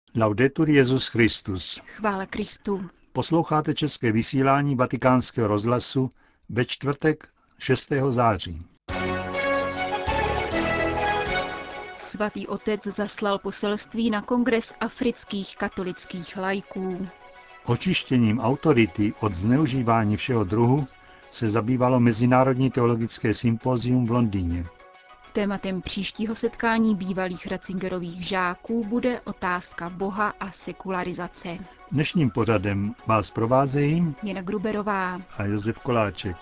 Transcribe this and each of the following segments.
Laudetur Jesus Christus. Chvála Kristu. Posloucháte české vysílání Vatikánského rozhlasu ve čtvrtek 6. září. Svatý otec zaslal poselství na kongres afrických katolických laiků. Očištěním autority od zneužívání všeho druhu se zabývalo Mezinárodní teologické sympózium v Londýně. Tématem příštího setkání bývalých Ratzingerových žáků bude otázka Boha a sekularizace. Dnešním pořadem vás provázejí Jana Gruberová a Josef Koláček.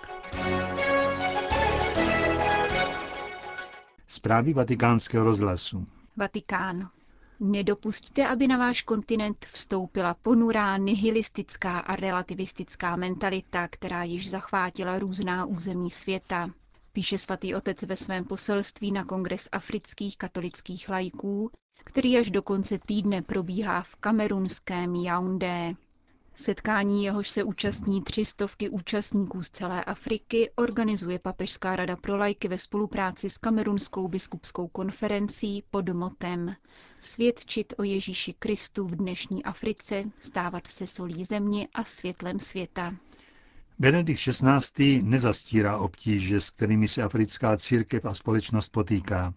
Zprávy Vatikánského rozhlasu. Vatikán. Nedopusťte, aby na váš kontinent vstoupila ponurá, nihilistická a relativistická mentalita, která již zachvátila různá území světa, píše svatý otec ve svém poselství na kongres afrických katolických laiků, který až do konce týdne probíhá v kamerunském Yaoundé. Setkání, jehož se účastní 300 účastníků z celé Afriky, organizuje Papežská rada pro laiky ve spolupráci s Kamerunskou biskupskou konferencí pod motem Svědčit o Ježíši Kristu v dnešní Africe, stávat se solí země a světlem světa. Benedikt XVI. Nezastírá obtíže, s kterými se africká církev a společnost potýká.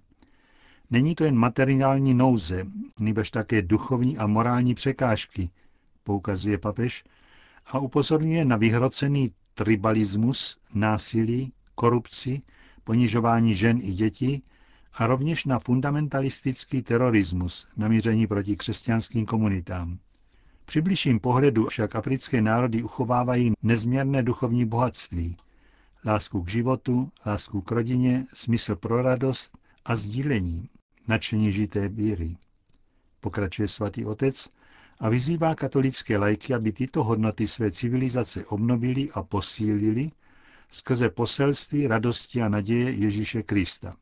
Není to jen materiální nouze, nýbrž také duchovní a morální překážky, poukazuje papež a upozorňuje na vyhrocený tribalismus, násilí, korupci, ponižování žen i dětí a rovněž na fundamentalistický terorismus namířený proti křesťanským komunitám. Při bližším pohledu však africké národy uchovávají nezměrné duchovní bohatství, lásku k životu, lásku k rodině, smysl pro radost a sdílení, nadšení žité víry. Pokračuje svatý otec a vyzývá katolické laiky, aby tyto hodnoty své civilizace obnovili a posílili skrze poselství radosti a naděje Ježíše Krista.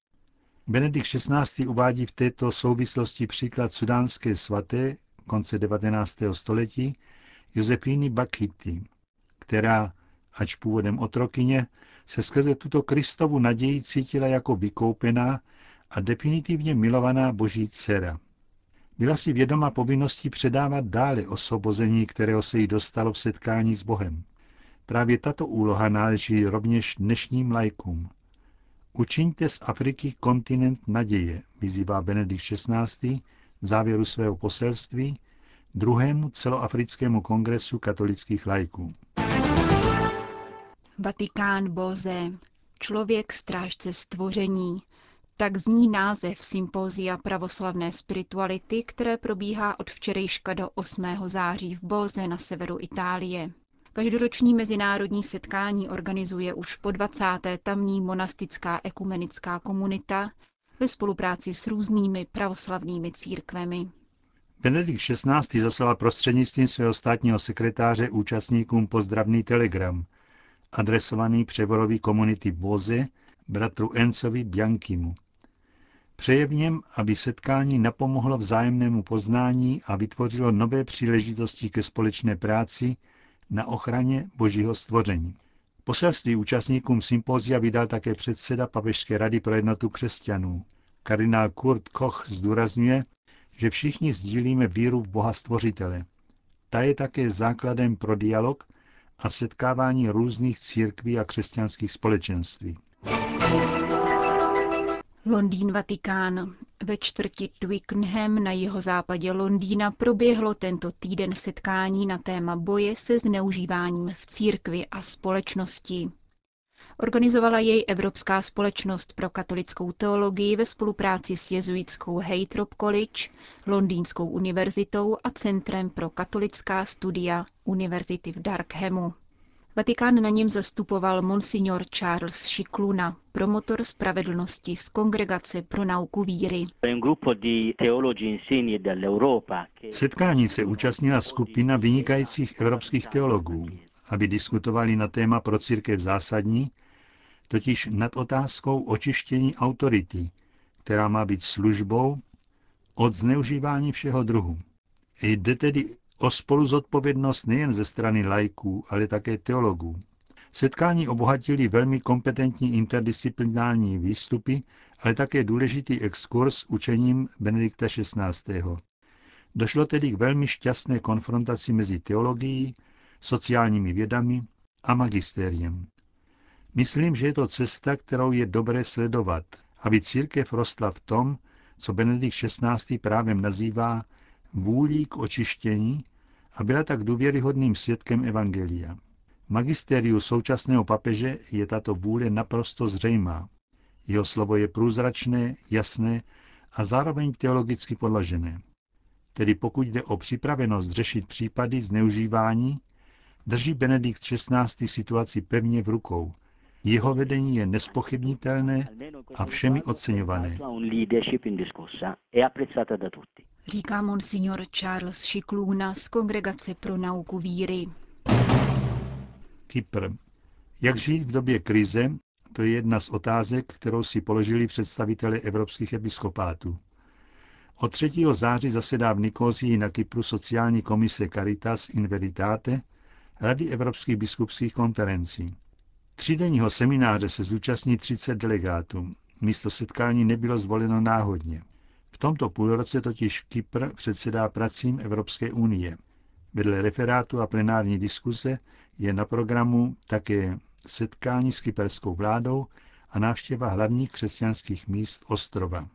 Benedikt XVI. Uvádí v této souvislosti příklad sudánské svaté konce 19. století Josefíny Bakity, která, ač původem otrokyně, se skrze tuto Kristovu naději cítila jako vykoupená a definitivně milovaná Boží dcera. Byla si vědoma povinnosti předávat dále osvobození, kterého se jí dostalo v setkání s Bohem. Právě tato úloha náleží rovněž dnešním laikům. Učiňte z Afriky kontinent naděje, vyzývá Benedikt XVI. V závěru svého poselství druhému celoafrickému kongresu katolických laiků. Vatikán Boze. Člověk strážce stvoření. Tak zní název sympózia pravoslavné spirituality, které probíhá od včerejška do 8. září v Boze na severu Itálie. Každoroční mezinárodní setkání organizuje už po 20. tamní monastická ekumenická komunita ve spolupráci s různými pravoslavnými církvemi. Benedikt XVI. Zaslal prostřednictvím svého státního sekretáře účastníkům pozdravný telegram, adresovaný převorovi komunity Boze, bratru Enzovi Bianchimu. Přeje v něm, aby setkání napomohlo vzájemnému poznání a vytvořilo nové příležitosti ke společné práci na ochraně Božího stvoření. Poselství účastníkům sympózia vydal také předseda Papežské rady pro jednotu křesťanů. Kardinál Kurt Koch zdůrazňuje, že všichni sdílíme víru v Boha Stvořitele. Ta je také základem pro dialog a setkávání různých církví a křesťanských společenství. Londýn Vatikán. Ve čtvrti Twickenham na jihozápadě Londýna proběhlo tento týden setkání na téma boje se zneužíváním v církvi a společnosti. Organizovala jej Evropská společnost pro katolickou teologii ve spolupráci s jezuitskou Heitrop College, Londýnskou univerzitou a Centrem pro katolická studia Univerzity v Darkhamu. Vatikán na něm zastupoval monsignor Charles Scicluna, promotor spravedlnosti z Kongregace pro nauku víry. Setkání se účastnila skupina vynikajících evropských teologů, aby diskutovali na téma pro církev zásadní, totiž nad otázkou očištění autority, která má být službou od zneužívání všeho druhu. Jde tedy o spoluzodpovědnost nejen ze strany laiků, ale také teologů. Setkání obohatili velmi kompetentní interdisciplinární výstupy, ale také důležitý exkurs učením Benedikta XVI. Došlo tedy k velmi šťastné konfrontaci mezi teologií, sociálními vědami a magistériem. Myslím, že je to cesta, kterou je dobré sledovat, aby církev rostla v tom, co Benedikt XVI. Právem nazývá vůlí k očištění a byla tak důvěryhodným svědkem evangelia. Magistériu současného papeže je tato vůle naprosto zřejmá. Jeho slovo je průzračné, jasné a zároveň teologicky podložené. Tedy pokud jde o připravenost řešit případy zneužívání, drží Benedikt XVI. Situaci pevně v rukou. Jeho vedení je nespochybnitelné a všemi oceňované. Říká monsignor Charles Šiklůna z Kongregace pro nauku víry. Kypr. Jak žít v době krize, to je jedna z otázek, kterou si položili představitelé evropských episkopátů. Od 3. září zasedá v Nikózii na Kypru sociální komise Caritas in Veritate Rady evropských biskupských konferencí. 3denního semináře se zúčastní 30 delegátů. Místo setkání nebylo zvoleno náhodně. V tomto půlroce totiž Kypr předsedá pracím Evropské unie. Vedle referátu a plenární diskuse je na programu také setkání s kyperskou vládou a návštěva hlavních křesťanských míst ostrova.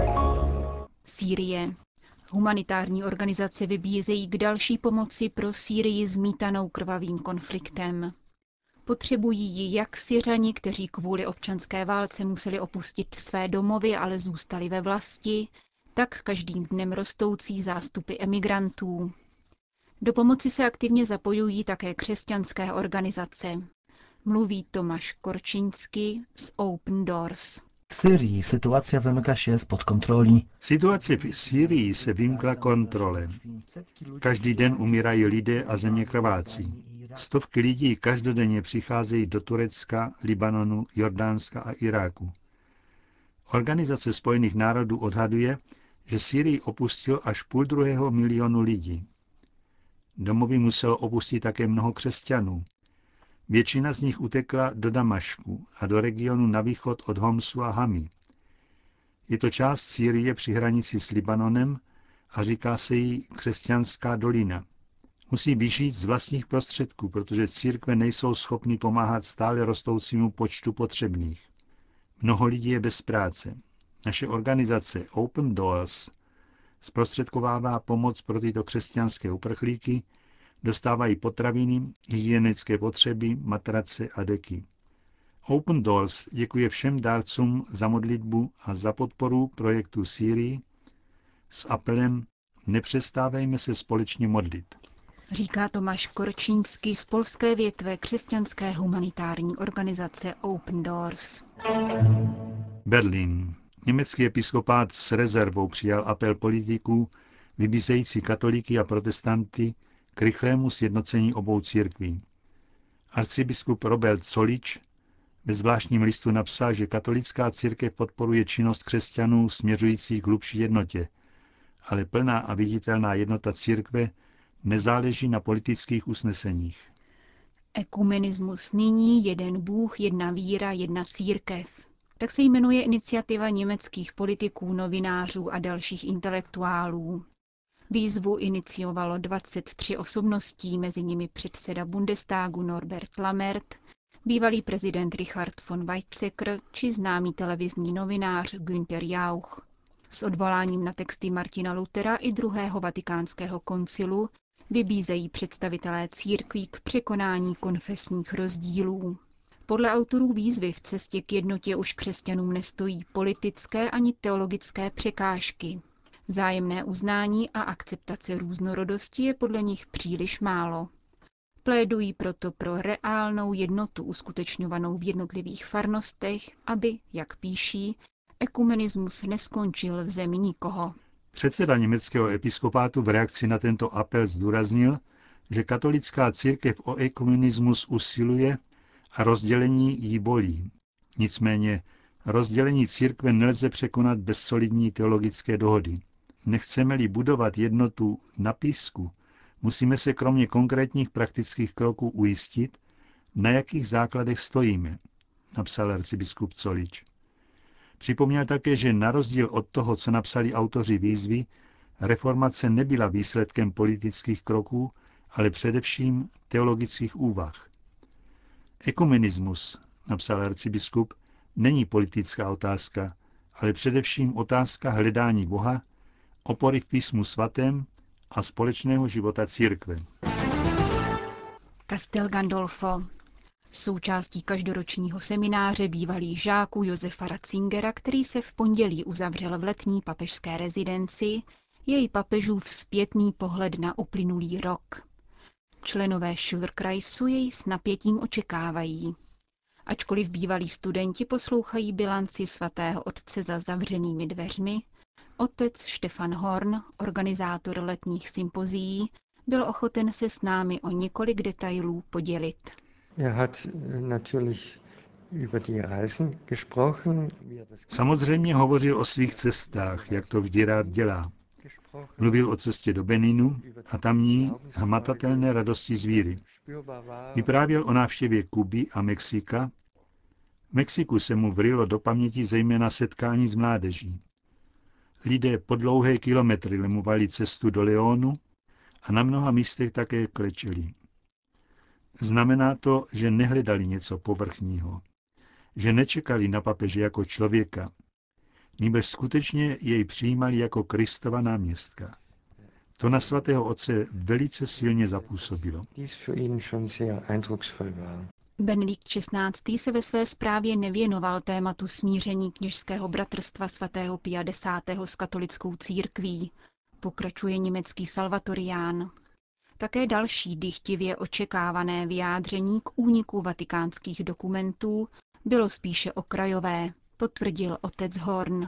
Sýrie. Humanitární organizace vybízejí k další pomoci pro Sýrii zmítanou krvavým konfliktem. Potřebují ji jak Syřani, kteří kvůli občanské válce museli opustit své domovy, ale zůstali ve vlasti, tak každým dnem rostoucí zástupy emigrantů. Do pomoci se aktivně zapojují také křesťanské organizace. Mluví Tomáš Korčinský z Open Doors. V Syrii situace wymyka się spod kontroli. Situace v Sýrii se vymkla kontrole. Každý den umírají lidé a země krvácí. Stovky lidí každodenně přicházejí do Turecka, Libanonu, Jordánska a Iráku. Organizace Spojených národů odhaduje, že Sýrii opustilo až 1,5 milionu lidí. Domovy muselo opustit také mnoho křesťanů. Většina z nich utekla do Damašku a do regionu na východ od Homsu a Hami. Je to část Sýrie při hranici s Libanonem a říká se jí křesťanská dolina. Musí vyžít z vlastních prostředků, protože církve nejsou schopny pomáhat stále rostoucímu počtu potřebných. Mnoho lidí je bez práce. Naše organizace Open Doors zprostředkovává pomoc pro tyto křesťanské uprchlíky, dostávají potraviny, hygienické potřeby, matrace a deky. Open Doors děkuje všem dárcům za modlitbu a za podporu projektu Sýrii s apelem nepřestávejme se společně modlit. Říká Tomáš Korčínský z polské větve křesťanské humanitární organizace Open Doors. Berlín. Německý episkopát s rezervou přijal apel politiků, vybízející katolíky a protestanty k rychlému sjednocení obou církví. Arcibiskup Robert Solič ve zvláštním listu napsal, že katolická církev podporuje činnost křesťanů směřující k hlubší jednotě, ale plná a viditelná jednota církve nezáleží na politických usneseních. Ekumenismus nyní, jeden Bůh, jedna víra, jedna církev. Tak se jmenuje iniciativa německých politiků, novinářů a dalších intelektuálů. Výzvu iniciovalo 23 osobností, mezi nimi předseda Bundestagu Norbert Lammert, bývalý prezident Richard von Weizsäcker či známý televizní novinář Günther Jauch. S odvoláním na texty Martina Luthera i druhého vatikánského koncilu vybízejí představitelé církví k překonání konfesních rozdílů. Podle autorů výzvy v cestě k jednotě už křesťanům nestojí politické ani teologické překážky. Vzájemné uznání a akceptace různorodosti je podle nich příliš málo. Plédují proto pro reálnou jednotu uskutečňovanou v jednotlivých farnostech, aby, jak píší, ekumenismus neskončil v zemi nikoho. Předseda německého episkopátu v reakci na tento apel zdůraznil, že katolická církev o ekumenismus usiluje a rozdělení jí bolí. Nicméně rozdělení církve nelze překonat bez solidní teologické dohody. Nechceme-li budovat jednotu na písku, musíme se kromě konkrétních praktických kroků ujistit, na jakých základech stojíme, napsal arcibiskup Solič. Připomněl také, že na rozdíl od toho, co napsali autoři výzvy, reformace nebyla výsledkem politických kroků, ale především teologických úvah. Ekumenismus, napsal arcibiskup, není politická otázka, ale především otázka hledání Boha, opory v písmu svatém a společného života církve. Castel Gandolfo. Součástí každoročního semináře bývalých žáků Josefa Ratzingera, který se v pondělí uzavřel v letní papežské rezidenci, je i papežův zpětný pohled na uplynulý rok. Členové Schülerkreisu jej s napětím očekávají. Ačkoliv bývalí studenti poslouchají bilanci svatého otce za zavřenými dveřmi, otec Stefan Horn, organizátor letních sympozií, byl ochoten se s námi o několik detailů podělit. Samozřejmě hovořil o svých cestách, jak to vždy rád dělá. Mluvil o cestě do Beninu a tamní hmatatelné radosti z víry. Vyprávěl o návštěvě Kuby a Mexika. V Mexiku se mu vrylo do paměti zejména setkání s mládeží. Lidé po dlouhé kilometry lemovali cestu do Leónu a na mnoha místech také klečeli. Znamená to, že nehledali něco povrchního, že nečekali na papeže jako člověka, nýbrž skutečně jej přijímali jako Kristova náměstka. To na svatého otce velice silně zapůsobilo. Benedikt XVI. Se ve své zprávě nevěnoval tématu smíření kněžského bratrstva svatého Pia X. s katolickou církví, pokračuje německý salvatorián. Také další dychtivě očekávané vyjádření k úniku vatikánských dokumentů bylo spíše okrajové, potvrdil otec Horn.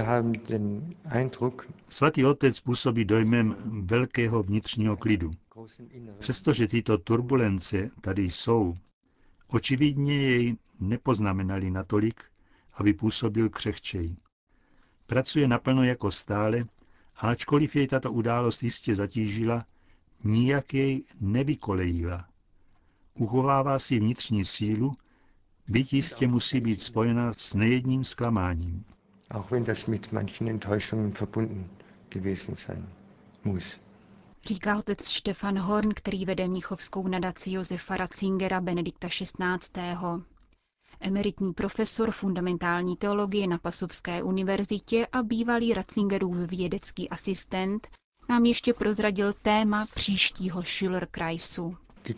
Svatý otec působí dojmem velkého vnitřního klidu. Přestože tyto turbulence tady jsou, očividně jej nepoznamenali natolik, aby působil křehčej. Pracuje naplno jako stále a ačkoliv jej tato událost jistě zatížila, nijak jej nevykolejila. Uchovává si vnitřní sílu, byť jistě musí být spojena s nejedním zklamáním. Říká otec Stefan Horn, který vede mnichovskou nadaci Josefa Ratzingera Benedikta XVI. Emeritní profesor fundamentální teologie na Pasovské univerzitě a bývalý Ratzingerův vědecký asistent nám ještě prozradil téma příštího Schülerkreisu.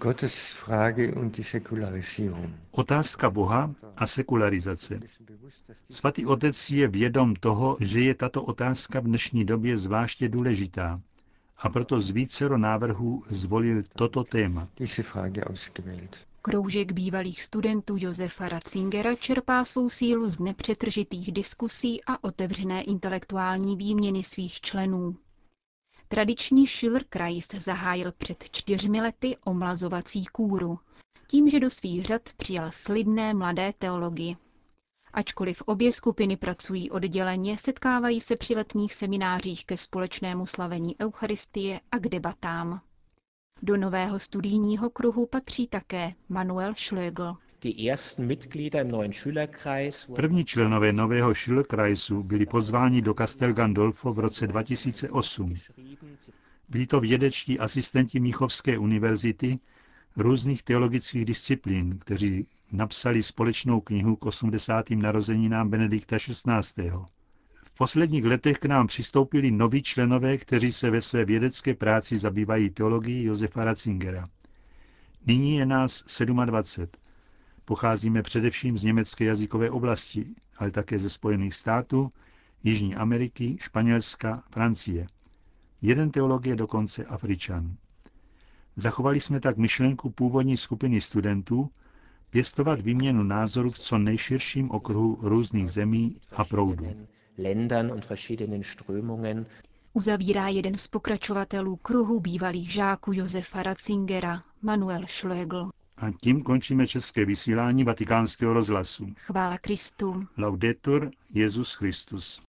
Otázka Boha a sekularizace. Svatý otec si je vědom toho, že je tato otázka v dnešní době zvláště důležitá, a proto z vícero návrhů zvolil toto téma. Kroužek bývalých studentů Josefa Ratzingera čerpá svou sílu z nepřetržitých diskusí a otevřené intelektuální výměny svých členů. Tradiční Schülerkreis zahájil před 4 lety omlazovací kůru, tím, že do svých řad přijal slibné mladé teology. Ačkoliv obě skupiny pracují odděleně, setkávají se při letních seminářích ke společnému slavení Eucharistie a k debatám. Do nového studijního kruhu patří také Manuel Schlegel. První členové nového Schülerkreisu byli pozváni do Castel Gandolfo v roce 2008. Byli to vědečtí asistenti Mnichovské univerzity různých teologických disciplín, kteří napsali společnou knihu k 80. narozeninám Benedikta XVI. V posledních letech k nám přistoupili noví členové, kteří se ve své vědecké práci zabývají teologií Josefa Ratzingera. Nyní je nás 27. Pocházíme především z německé jazykové oblasti, ale také ze Spojených států, Jižní Ameriky, Španělska, Francie. Jeden teolog je dokonce Afričan. Zachovali jsme tak myšlenku původní skupiny studentů pěstovat výměnu názorů v co nejširším okruhu různých zemí a proudů. Uzavírá jeden z pokračovatelů kruhu bývalých žáků Josefa Ratzingera, Manuel Schlegel. A tím končíme české vysílání Vatikánského rozhlasu. Chvála Kristu. Laudetur Jesus Christus.